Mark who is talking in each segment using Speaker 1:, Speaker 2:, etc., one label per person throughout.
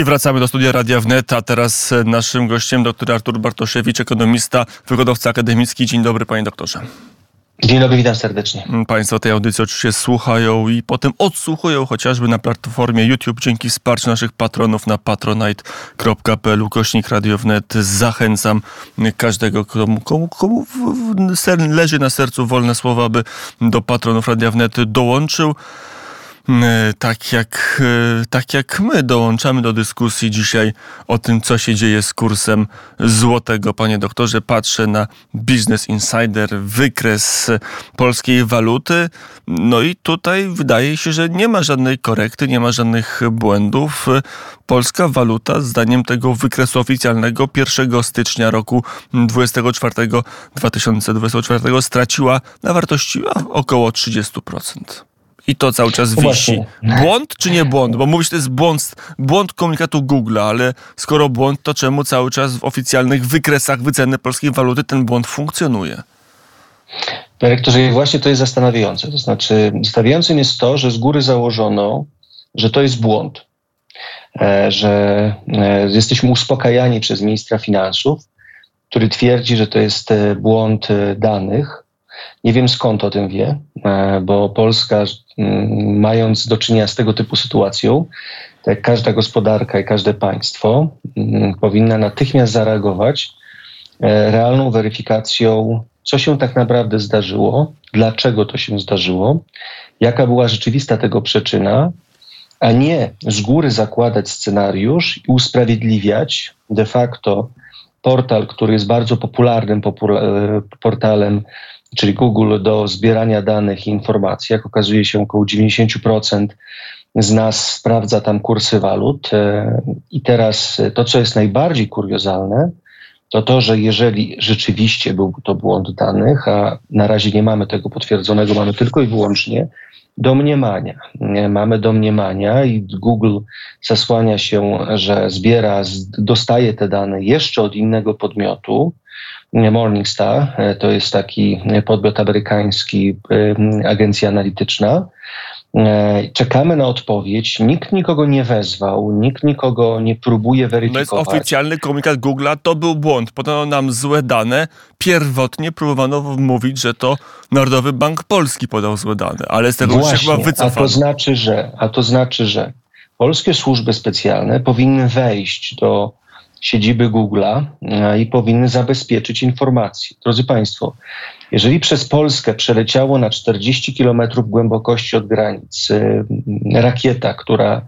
Speaker 1: I wracamy do studia Radia Wnet, a teraz naszym gościem dr Artur Bartoszewicz, ekonomista, wykładowca akademicki. Dzień dobry, panie doktorze.
Speaker 2: Dzień dobry, witam serdecznie.
Speaker 1: Państwo tej audycji oczywiście słuchają i potem odsłuchują chociażby na platformie YouTube dzięki wsparciu naszych patronów na patronite.pl/Radio Wnet. Zachęcam każdego, komu leży na sercu wolne słowa, aby do patronów Radia Wnet dołączył. Tak jak my dołączamy do dyskusji dzisiaj o tym, co się dzieje z kursem złotego. Panie doktorze, patrzę na Business Insider, wykres polskiej waluty. No i tutaj wydaje się, że nie ma żadnej korekty, nie ma żadnych błędów. Polska waluta, zdaniem tego wykresu oficjalnego, 1 stycznia roku 2024 straciła na wartości około 30%. I to cały czas wisi. Błąd czy nie błąd? Bo mówisz, to jest błąd komunikatu Google'a, ale skoro błąd, to czemu cały czas w oficjalnych wykresach wyceny polskiej waluty ten błąd funkcjonuje?
Speaker 2: Panie rektorze, właśnie to jest zastanawiające. To znaczy, zastanawiającym jest to, że z góry założono, że to jest błąd, że jesteśmy uspokajani przez ministra finansów, który twierdzi, że to jest błąd danych. Nie wiem, skąd o tym wie, bo Polska, mając do czynienia z tego typu sytuacją, tak jak każda gospodarka i każde państwo, powinna natychmiast zareagować realną weryfikacją, co się tak naprawdę zdarzyło, dlaczego to się zdarzyło, jaka była rzeczywista tego przyczyna, a nie z góry zakładać scenariusz i usprawiedliwiać de facto portal, który jest bardzo popularnym portalem, czyli Google, do zbierania danych i informacji. Jak okazuje się, około 90% z nas sprawdza tam kursy walut. I teraz to, co jest najbardziej kuriozalne, to, że jeżeli rzeczywiście był to błąd danych, a na razie nie mamy tego potwierdzonego, mamy tylko i wyłącznie domniemania. Mamy domniemania i Google zasłania się, że dostaje te dane jeszcze od innego podmiotu. Morningstar, to jest taki podmiot amerykański, agencja analityczna. Czekamy na odpowiedź. Nikt nikogo nie wezwał, nikt nikogo nie próbuje weryfikować.
Speaker 1: To jest oficjalny komunikat Google'a, to był błąd. Podano nam złe dane. Pierwotnie próbowano mówić, że to Narodowy Bank Polski podał złe dane, ale z tego już się chyba wycofano.
Speaker 2: A to znaczy, że polskie służby specjalne powinny wejść do siedziby Google'a i powinny zabezpieczyć informacje. Drodzy Państwo, jeżeli przez Polskę przeleciało na 40 km głębokości od granic rakieta, która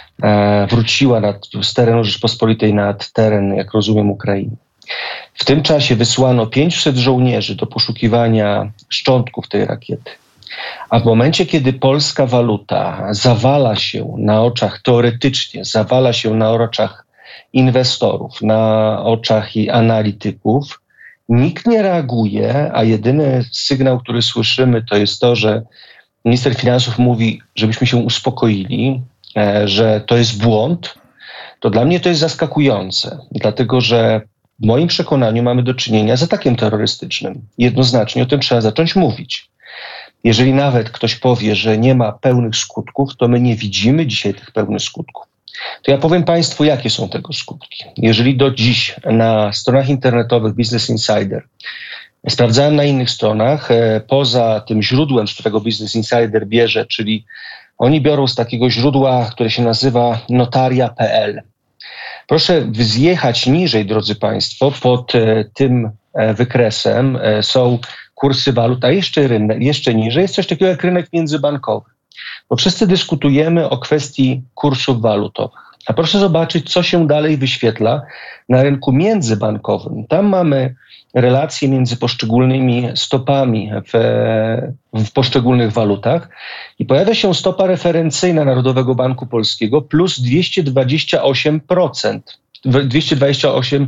Speaker 2: wróciła z terenu Rzeczpospolitej nad teren, jak rozumiem, Ukrainy. W tym czasie wysłano 500 żołnierzy do poszukiwania szczątków tej rakiety. A w momencie, kiedy polska waluta zawala się na oczach, teoretycznie zawala się na oczach inwestorów, na oczach i analityków, nikt nie reaguje, a jedyny sygnał, który słyszymy, to jest to, że minister finansów mówi, żebyśmy się uspokoili, że to jest błąd. To dla mnie to jest zaskakujące, dlatego że w moim przekonaniu mamy do czynienia z atakiem terrorystycznym. Jednoznacznie o tym trzeba zacząć mówić. Jeżeli nawet ktoś powie, że nie ma pełnych skutków, to my nie widzimy dzisiaj tych pełnych skutków. To ja powiem Państwu, jakie są tego skutki. Jeżeli do dziś na stronach internetowych Business Insider, sprawdzałem na innych stronach, poza tym źródłem, z którego Business Insider bierze, czyli oni biorą z takiego źródła, które się nazywa notaria.pl. Proszę zjechać niżej, drodzy Państwo, pod tym wykresem są kursy walut, a jeszcze niżej jest coś takiego jak rynek międzybankowy. Bo wszyscy dyskutujemy o kwestii kursów walutowych. A proszę zobaczyć, co się dalej wyświetla na rynku międzybankowym. Tam mamy relacje między poszczególnymi stopami w poszczególnych walutach i pojawia się stopa referencyjna Narodowego Banku Polskiego plus 228%. 228%,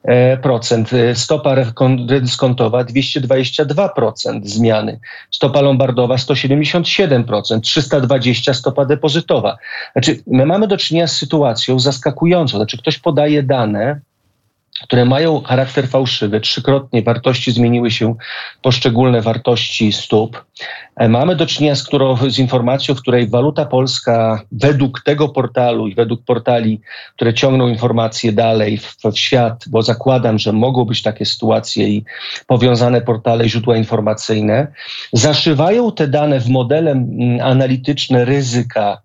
Speaker 2: stopa dyskontowa 222% zmiany, stopa lombardowa 177%, 320% stopa depozytowa. Znaczy, my mamy do czynienia z sytuacją zaskakującą. Znaczy, ktoś podaje dane, które mają charakter fałszywy. Trzykrotnie wartości zmieniły się, poszczególne wartości stóp. Mamy do czynienia z informacją, w której waluta polska według tego portalu i według portali, które ciągną informacje dalej w świat, bo zakładam, że mogą być takie sytuacje i powiązane portale i źródła informacyjne, zaszywają te dane w modele analityczne ryzyka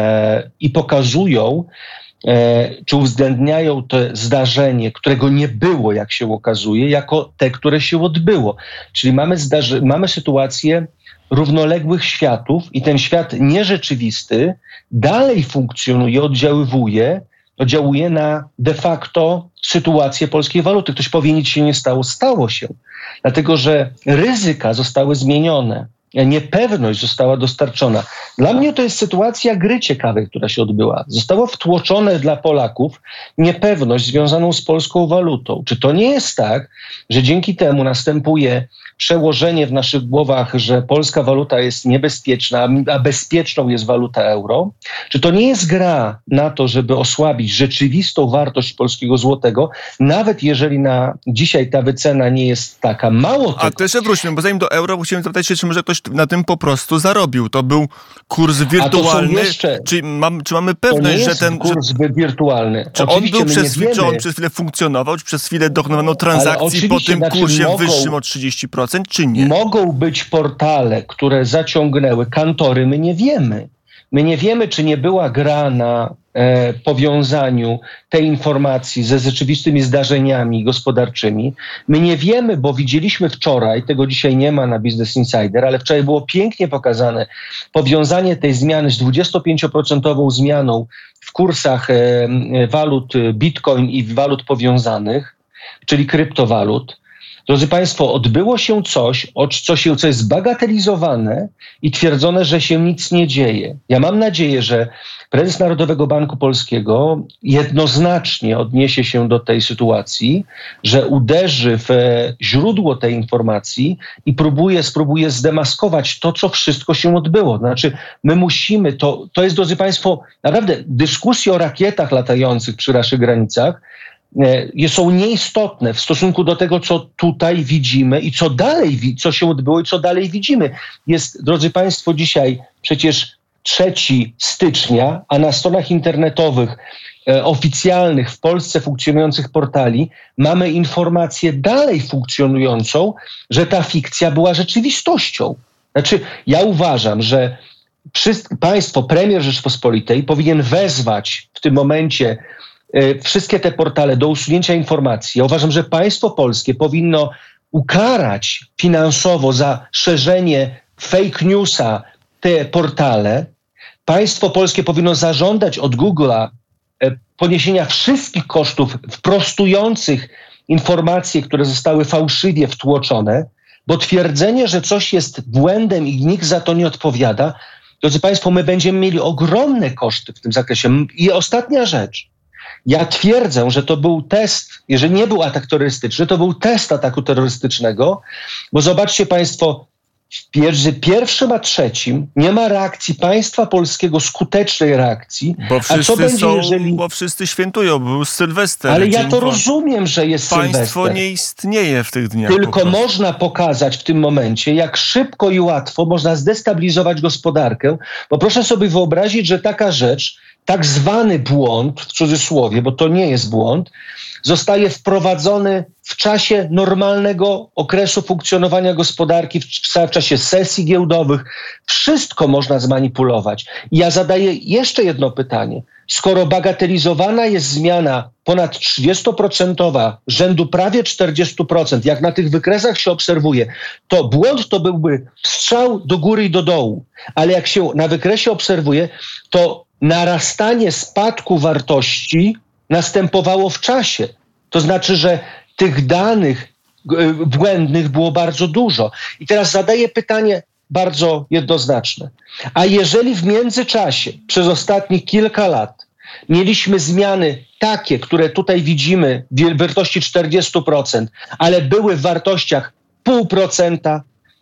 Speaker 2: i pokazują, czy uwzględniają to zdarzenie, którego nie było, jak się okazuje, jako te, które się odbyło. Czyli mamy sytuację równoległych światów i ten świat nierzeczywisty dalej funkcjonuje, oddziałuje na de facto sytuację polskiej waluty. Ktoś powie, nic się nie stało. Stało się. Dlatego, że ryzyka zostały zmienione. Niepewność została dostarczona. Dla mnie to jest sytuacja gry ciekawej, która się odbyła. Zostało wtłoczone dla Polaków niepewność związaną z polską walutą. Czy to nie jest tak, że dzięki temu następuje przełożenie w naszych głowach, że polska waluta jest niebezpieczna, a bezpieczną jest waluta euro? Czy to nie jest gra na to, żeby osłabić rzeczywistą wartość polskiego złotego, nawet jeżeli na dzisiaj ta wycena nie jest taka? Mało tego.
Speaker 1: A to jeszcze wróćmy, bo zanim do euro, chciałem zapytać się, czy może ktoś na tym po prostu zarobił. To był kurs wirtualny. Czy mamy pewność, że ten
Speaker 2: kurs wirtualny.
Speaker 1: Czy
Speaker 2: oczywiście
Speaker 1: on był czy on przez chwilę funkcjonował, czy przez chwilę dokonano transakcji po tym kursie wyższym o 30%, czy nie?
Speaker 2: Mogą być portale, które zaciągnęły kantory, my nie wiemy. My nie wiemy, czy nie była gra na powiązaniu tej informacji ze rzeczywistymi zdarzeniami gospodarczymi. My nie wiemy, bo widzieliśmy wczoraj, tego dzisiaj nie ma na Business Insider, ale wczoraj było pięknie pokazane powiązanie tej zmiany z 25% zmianą w kursach walut Bitcoin i walut powiązanych, czyli kryptowalut. Drodzy Państwo, odbyło się coś, co jest bagatelizowane i twierdzone, że się nic nie dzieje. Ja mam nadzieję, że prezes Narodowego Banku Polskiego jednoznacznie odniesie się do tej sytuacji, że uderzy w źródło tej informacji i spróbuje zdemaskować to, co wszystko się odbyło. Znaczy, my musimy, to jest, drodzy Państwo, naprawdę dyskusje o rakietach latających przy naszych granicach są nieistotne w stosunku do tego, co tutaj widzimy i co się odbyło i co dalej widzimy. Jest, drodzy Państwo, dzisiaj przecież 3 stycznia, a na stronach internetowych oficjalnych w Polsce funkcjonujących portali mamy informację dalej funkcjonującą, że ta fikcja była rzeczywistością. Znaczy, ja uważam, że premier Rzeczpospolitej powinien wezwać w tym momencie wszystkie te portale do usunięcia informacji. Ja uważam, że państwo polskie powinno ukarać finansowo za szerzenie fake newsa te portale. Państwo polskie powinno zażądać od Google'a poniesienia wszystkich kosztów prostujących informacje, które zostały fałszywie wtłoczone, bo twierdzenie, że coś jest błędem i nikt za to nie odpowiada, drodzy Państwo, my będziemy mieli ogromne koszty w tym zakresie. I ostatnia rzecz. Ja twierdzę, że to był test, jeżeli nie był atak terrorystyczny, to był test ataku terrorystycznego, bo zobaczcie Państwo, w pierwszym a trzecim nie ma reakcji państwa polskiego, skutecznej reakcji.
Speaker 1: Bo wszyscy świętują, był Sylwester.
Speaker 2: Ale ja to rozumiem, że jest Sylwester.
Speaker 1: Państwo nie istnieje w tych dniach.
Speaker 2: Tylko można pokazać w tym momencie, jak szybko i łatwo można zdestabilizować gospodarkę, bo proszę sobie wyobrazić, że taka rzecz, tak zwany błąd, w cudzysłowie, bo to nie jest błąd, zostaje wprowadzony w czasie normalnego okresu funkcjonowania gospodarki, w czasie sesji giełdowych. Wszystko można zmanipulować. I ja zadaję jeszcze jedno pytanie. Skoro bagatelizowana jest zmiana ponad 30%, rzędu prawie 40%, jak na tych wykresach się obserwuje, to błąd to byłby strzał do góry i do dołu. Ale jak się na wykresie obserwuje, to narastanie spadku wartości następowało w czasie. To znaczy, że tych danych błędnych było bardzo dużo. I teraz zadaję pytanie bardzo jednoznaczne. A jeżeli w międzyczasie, przez ostatnich kilka lat, mieliśmy zmiany takie, które tutaj widzimy w wartości 40%, ale były w wartościach 0,5%,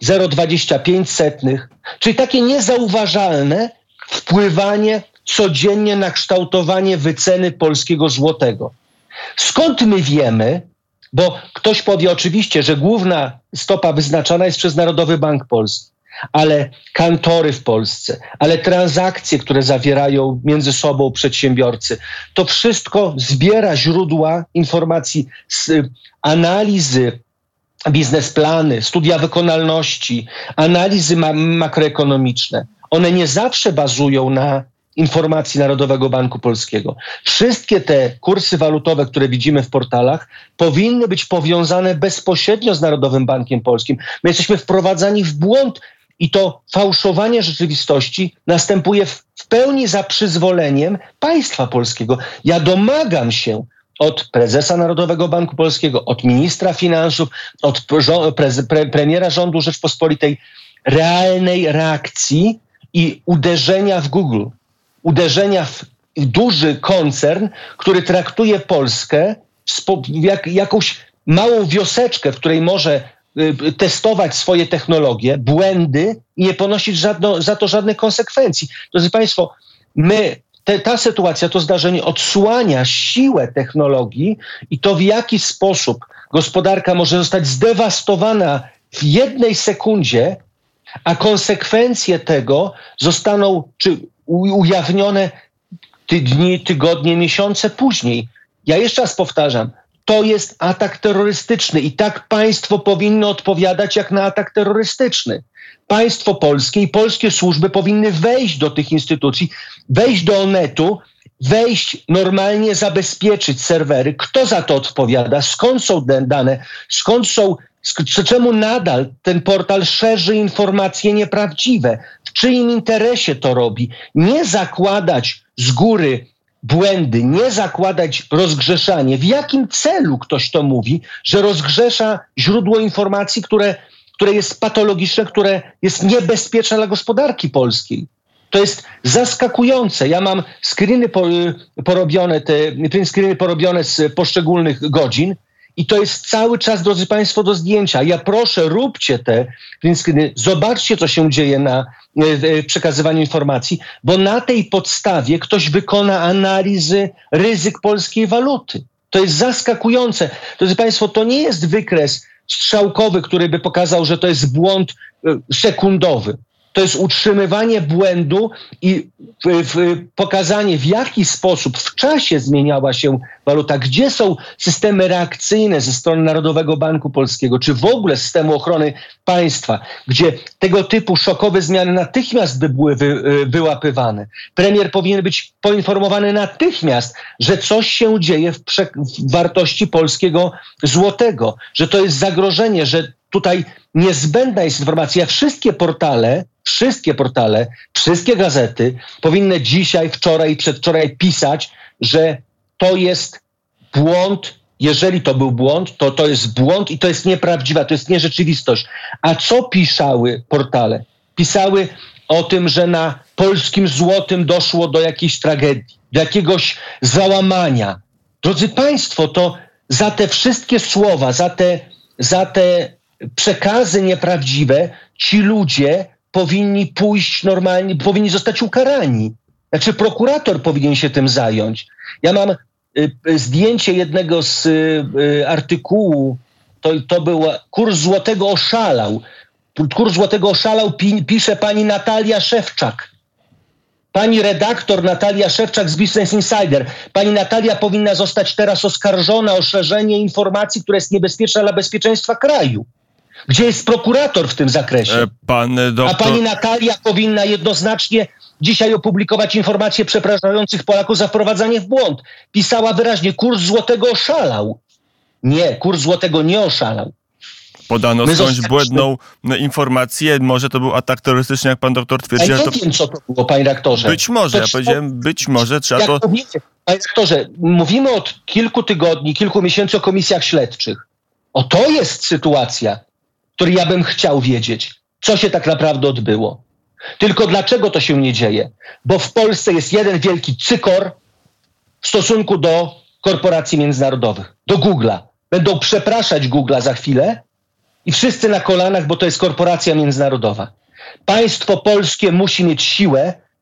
Speaker 2: 0,25, czyli takie niezauważalne wpływanie codziennie na kształtowanie wyceny polskiego złotego. Skąd my wiemy, bo ktoś powie oczywiście, że główna stopa wyznaczana jest przez Narodowy Bank Polski, ale kantory w Polsce, ale transakcje, które zawierają między sobą przedsiębiorcy, to wszystko zbiera źródła informacji z analizy, biznesplany, studia wykonalności, analizy makroekonomiczne. One nie zawsze bazują na informacji Narodowego Banku Polskiego. Wszystkie te kursy walutowe, które widzimy w portalach, powinny być powiązane bezpośrednio z Narodowym Bankiem Polskim. My jesteśmy wprowadzani w błąd i to fałszowanie rzeczywistości następuje w pełni za przyzwoleniem państwa polskiego. Ja domagam się od prezesa Narodowego Banku Polskiego, od ministra finansów, od premiera rządu Rzeczpospolitej realnej reakcji i uderzenia w Google. Uderzenia w duży koncern, który traktuje Polskę jak jakąś małą wioseczkę, w której może testować swoje technologie, błędy i nie ponosić za to żadnych konsekwencji. Drodzy Państwo, ta sytuacja, to zdarzenie odsłania siłę technologii i to, w jaki sposób gospodarka może zostać zdewastowana w jednej sekundzie, a konsekwencje tego zostaną ujawnione dni, tygodnie, miesiące później. Ja jeszcze raz powtarzam, to jest atak terrorystyczny i tak państwo powinno odpowiadać jak na atak terrorystyczny. Państwo polskie i polskie służby powinny wejść do tych instytucji, wejść do Onetu, wejść normalnie, zabezpieczyć serwery. Kto za to odpowiada? Skąd są dane? Czemu nadal ten portal szerzy informacje nieprawdziwe? W czyim interesie to robi? Nie zakładać z góry błędy, nie zakładać rozgrzeszanie. W jakim celu ktoś to mówi, że rozgrzesza źródło informacji, które jest patologiczne, które jest niebezpieczne dla gospodarki polskiej? To jest zaskakujące. Ja mam print screeny porobione z poszczególnych godzin i to jest cały czas, drodzy Państwo, do zdjęcia. Ja proszę, róbcie te print screeny, zobaczcie, co się dzieje na przekazywaniu informacji, bo na tej podstawie ktoś wykona analizy ryzyk polskiej waluty. To jest zaskakujące. Drodzy Państwo, to nie jest wykres strzałkowy, który by pokazał, że to jest błąd sekundowy. To jest utrzymywanie błędu i pokazanie, w jaki sposób w czasie zmieniała się waluta, gdzie są systemy reakcyjne ze strony Narodowego Banku Polskiego, czy w ogóle systemu ochrony państwa, gdzie tego typu szokowe zmiany natychmiast by były wyłapywane. Premier powinien być poinformowany natychmiast, że coś się dzieje w wartości polskiego złotego, że to jest zagrożenie, że tutaj niezbędna jest informacja. Wszystkie portale, wszystkie gazety powinny dzisiaj, wczoraj i przedwczoraj pisać, że to jest błąd. Jeżeli to był błąd, to jest błąd i to jest nieprawdziwa, to jest nierzeczywistość. A co pisały portale? Pisały o tym, że na polskim złotym doszło do jakiejś tragedii, do jakiegoś załamania. Drodzy Państwo, to za te wszystkie słowa, za te przekazy nieprawdziwe, ci ludzie powinni pójść normalnie, powinni zostać ukarani. Znaczy prokurator powinien się tym zająć. Ja mam zdjęcie jednego z artykułu, to był kurs złotego oszalał. Kurs złotego oszalał, pisze pani Natalia Szewczak. Pani redaktor Natalia Szewczak z Business Insider. Pani Natalia powinna zostać teraz oskarżona o szerzenie informacji, która jest niebezpieczna dla bezpieczeństwa kraju. Gdzie jest prokurator w tym zakresie? A pani Natalia powinna jednoznacznie dzisiaj opublikować informacje przepraszających Polaków za wprowadzanie w błąd. Pisała wyraźnie, kurs złotego oszalał. Nie, kurs złotego nie oszalał.
Speaker 1: Podano skądś błędną informację. Może to był atak terrorystyczny, jak pan doktor twierdzi.
Speaker 2: Ja nie wiem, co to było, panie rektorze.
Speaker 1: Być może, ja powiedziałem, być może trzeba to...
Speaker 2: Panie rektorze, mówimy od kilku tygodni, kilku miesięcy o komisjach śledczych. To jest sytuacja, w której ja bym chciał wiedzieć, co się tak naprawdę odbyło. Tylko dlaczego to się nie dzieje? Bo w Polsce jest jeden wielki cykor w stosunku do korporacji międzynarodowych, do Google'a. Będą przepraszać Google'a za chwilę i wszyscy na kolanach, bo to jest korporacja międzynarodowa. Państwo polskie musi mieć siłę,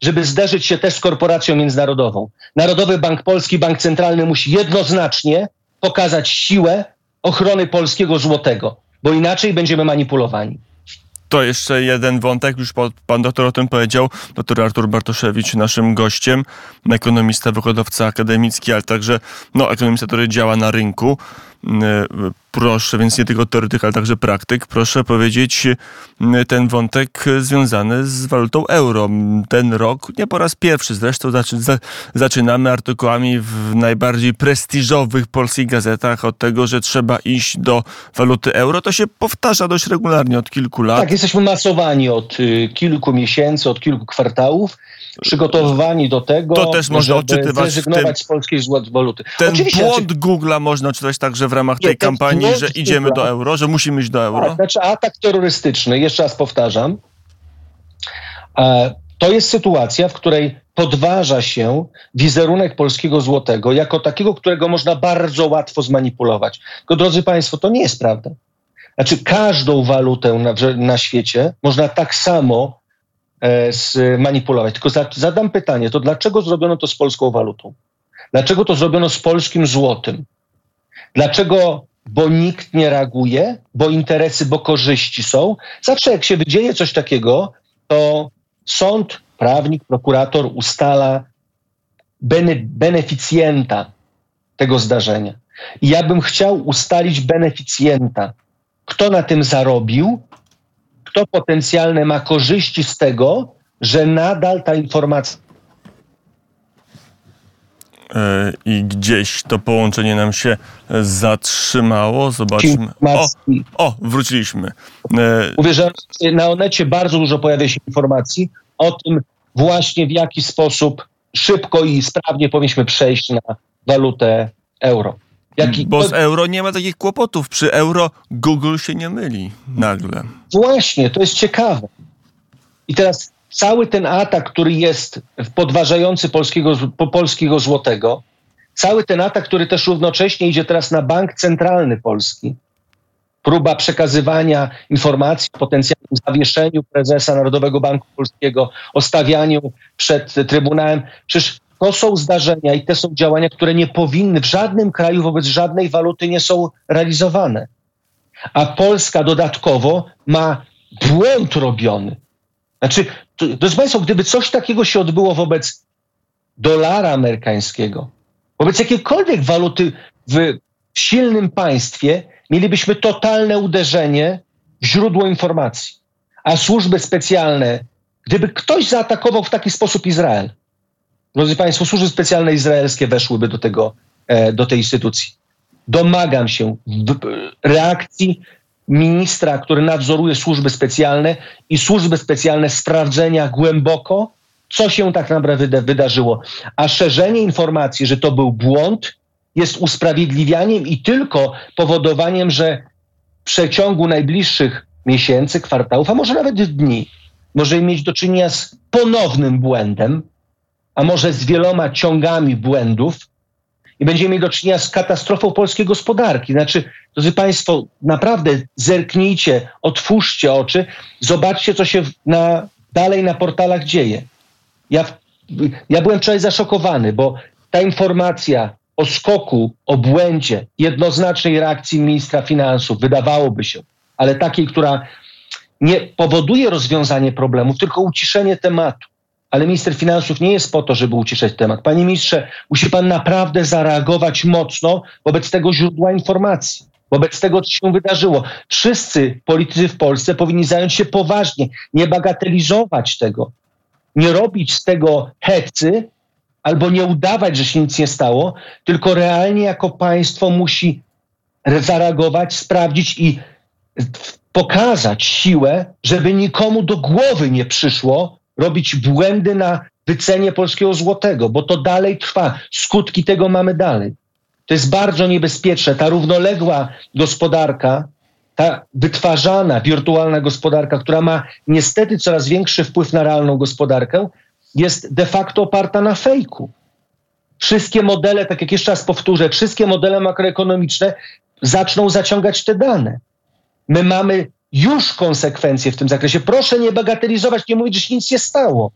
Speaker 2: żeby zderzyć się też z korporacją międzynarodową. Narodowy Bank Polski, Bank Centralny musi jednoznacznie pokazać siłę ochrony polskiego złotego, bo inaczej będziemy manipulowani.
Speaker 1: To jeszcze jeden wątek, już pan doktor o tym powiedział, doktor Artur Bartoszewicz, naszym gościem, ekonomista, wykładowca akademicki, ale także ekonomista, który działa na rynku. Proszę, więc nie tylko teoretyk, ale także praktyk. Proszę powiedzieć ten wątek związany z walutą euro. Ten rok, nie po raz pierwszy zresztą, zaczynamy artykułami w najbardziej prestiżowych polskich gazetach od tego, że trzeba iść do waluty euro. To się powtarza dość regularnie od kilku lat.
Speaker 2: Tak, jesteśmy masowani od kilku miesięcy, od kilku kwartałów, przygotowywani do tego,
Speaker 1: to też można
Speaker 2: żeby zrezygnować z polskiej waluty.
Speaker 1: Ten
Speaker 2: oczywiście,
Speaker 1: błąd Google'a można odczytać także w ramach tej kampanii, że idziemy do euro, że musimy iść do euro?
Speaker 2: Tak, znaczy atak terrorystyczny, jeszcze raz powtarzam, to jest sytuacja, w której podważa się wizerunek polskiego złotego jako takiego, którego można bardzo łatwo zmanipulować. Tylko, drodzy Państwo, to nie jest prawda. Znaczy każdą walutę na świecie można tak samo zmanipulować. Tylko zadam pytanie, to dlaczego zrobiono to z polską walutą? Dlaczego to zrobiono z polskim złotym? Dlaczego? Bo nikt nie reaguje, bo interesy, bo korzyści są. Zawsze jak się dzieje coś takiego, to sąd, prawnik, prokurator ustala beneficjenta tego zdarzenia. I ja bym chciał ustalić beneficjenta. Kto na tym zarobił? Kto potencjalnie ma korzyści z tego, że nadal ta informacja...
Speaker 1: I gdzieś to połączenie nam się zatrzymało. Zobaczmy. Wróciliśmy.
Speaker 2: Mówię, że na Onecie bardzo dużo pojawia się informacji o tym właśnie, w jaki sposób szybko i sprawnie powinniśmy przejść na walutę euro.
Speaker 1: Bo z euro nie ma takich kłopotów. Przy euro Google się nie myli nagle.
Speaker 2: Właśnie, to jest ciekawe. I teraz cały ten atak, który jest podważający polskiego złotego, cały ten atak, który też równocześnie idzie teraz na Bank Centralny Polski, próba przekazywania informacji o potencjalnym zawieszeniu prezesa Narodowego Banku Polskiego, o stawianiu przed Trybunałem. Przecież to są zdarzenia i to są działania, które nie powinny w żadnym kraju wobec żadnej waluty nie są realizowane. A Polska dodatkowo ma błąd robiony. Znaczy, drodzy Państwo, gdyby coś takiego się odbyło wobec dolara amerykańskiego, wobec jakiejkolwiek waluty w silnym państwie, mielibyśmy totalne uderzenie w źródło informacji. A służby specjalne, gdyby ktoś zaatakował w taki sposób Izrael, drodzy Państwo, służby specjalne izraelskie weszłyby do tej instytucji. Domagam się reakcji ministra, który nadzoruje służby specjalne i służby specjalne sprawdzenia głęboko, co się tak naprawdę wydarzyło. A szerzenie informacji, że to był błąd, jest usprawiedliwianiem i tylko powodowaniem, że w przeciągu najbliższych miesięcy, kwartałów, a może nawet dni, możemy mieć do czynienia z ponownym błędem, a może z wieloma ciągami błędów i będziemy mieli do czynienia z katastrofą polskiej gospodarki. Znaczy, drodzy Państwo, naprawdę zerknijcie, otwórzcie oczy, zobaczcie, co się dalej na portalach dzieje. Ja byłem wczoraj zaszokowany, bo ta informacja o skoku, o błędzie, jednoznacznej reakcji ministra finansów, wydawałoby się, ale takiej, która nie powoduje rozwiązanie problemów, tylko uciszenie tematu. Ale minister finansów nie jest po to, żeby uciszać temat. Panie ministrze, musi pan naprawdę zareagować mocno wobec tego źródła informacji, wobec tego, co się wydarzyło. Wszyscy politycy w Polsce powinni zająć się poważnie, nie bagatelizować tego, nie robić z tego hecy albo nie udawać, że się nic nie stało, tylko realnie jako państwo musi zareagować, sprawdzić i pokazać siłę, żeby nikomu do głowy nie przyszło robić błędy na wycenie polskiego złotego, bo to dalej trwa. Skutki tego mamy dalej. To jest bardzo niebezpieczne. Ta równoległa gospodarka, ta wytwarzana, wirtualna gospodarka, która ma niestety coraz większy wpływ na realną gospodarkę, jest de facto oparta na fejku. Wszystkie modele, tak jak jeszcze raz powtórzę, wszystkie modele makroekonomiczne zaczną zaciągać te dane. My mamy już konsekwencje w tym zakresie. Proszę nie bagatelizować, nie mówić, że się nic nie stało.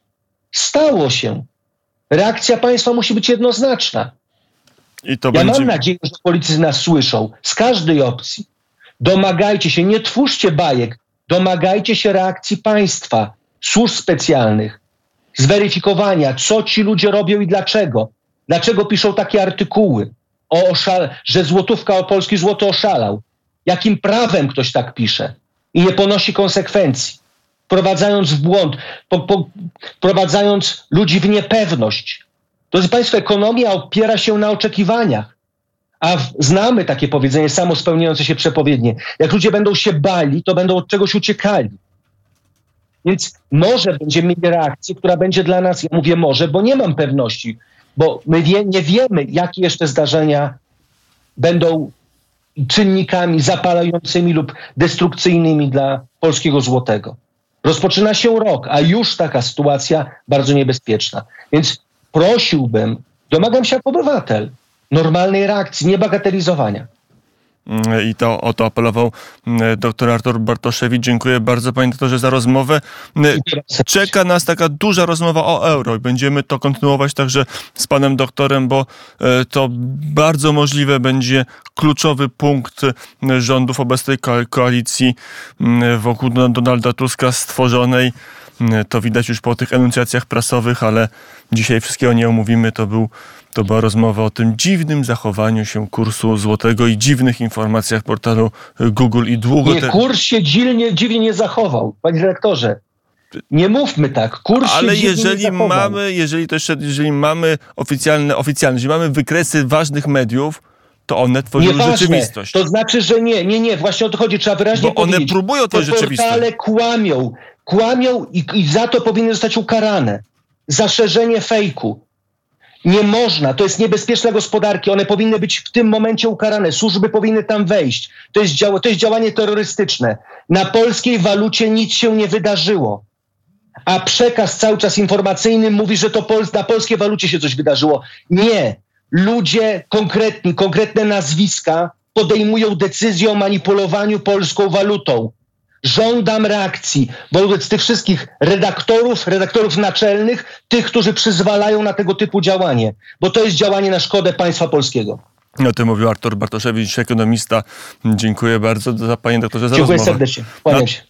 Speaker 2: Stało się. Reakcja państwa musi być jednoznaczna.
Speaker 1: I to
Speaker 2: Mam nadzieję, że politycy nas słyszą z każdej opcji. Domagajcie się, nie twórzcie bajek, domagajcie się reakcji państwa, służb specjalnych, zweryfikowania, co ci ludzie robią i dlaczego. Dlaczego piszą takie artykuły, że złotówka o polski złoty oszalał. Jakim prawem ktoś tak pisze i nie ponosi konsekwencji, wprowadzając w błąd, wprowadzając ludzi w niepewność. Drodzy Państwo, ekonomia opiera się na oczekiwaniach. A znamy takie powiedzenie, samo spełniające się przepowiednie. Jak ludzie będą się bali, to będą od czegoś uciekali. Więc może będziemy mieli reakcję, która będzie dla nas, ja mówię może, bo nie mam pewności, bo my nie wiemy, jakie jeszcze zdarzenia będą czynnikami zapalającymi lub destrukcyjnymi dla polskiego złotego. Rozpoczyna się rok, a już taka sytuacja bardzo niebezpieczna. Więc prosiłbym, domagam się jako obywatel, normalnej reakcji, niebagatelizowania.
Speaker 1: I o to apelował dr Artur Bartoszewicz. Dziękuję bardzo, panie doktorze, za rozmowę. Czeka nas taka duża rozmowa o euro i będziemy to kontynuować także z panem doktorem, bo to bardzo możliwe będzie kluczowy punkt rządów obecnej koalicji wokół Donalda Tuska stworzonej. To widać już po tych enuncjacjach prasowych, ale dzisiaj wszystkiego nie omówimy. To była rozmowa o tym dziwnym zachowaniu się kursu złotego i dziwnych informacjach portalu Google i długo...
Speaker 2: Kurs się dziwnie nie zachował, panie redaktorze. Nie mówmy tak. Kurs
Speaker 1: ale
Speaker 2: się dziwnie nie zachował.
Speaker 1: jeżeli mamy jeżeli mamy wykresy ważnych mediów, to one tworzą rzeczywistość.
Speaker 2: To znaczy, że nie. Właśnie o to chodzi. Trzeba wyraźnie powiedzieć.
Speaker 1: One próbują tworzyć rzeczywistość.
Speaker 2: Portale kłamią i za to powinny zostać ukarane. Za szerzenie fejku. Nie można. To jest niebezpieczne dla gospodarki. One powinny być w tym momencie ukarane. Służby powinny tam wejść. To jest działanie terrorystyczne. Na polskiej walucie nic się nie wydarzyło. A przekaz cały czas informacyjny mówi, że to na polskiej walucie się coś wydarzyło. Nie. Ludzie konkretne nazwiska podejmują decyzję o manipulowaniu polską walutą. Żądam reakcji wobec tych wszystkich redaktorów naczelnych, tych, którzy przyzwalają na tego typu działanie, bo to jest działanie na szkodę państwa polskiego.
Speaker 1: O tym mówił Artur Bartoszewicz, ekonomista. Dziękuję bardzo, panie doktorze, za rozmowę.
Speaker 2: Dziękuję serdecznie. Kłaniam się.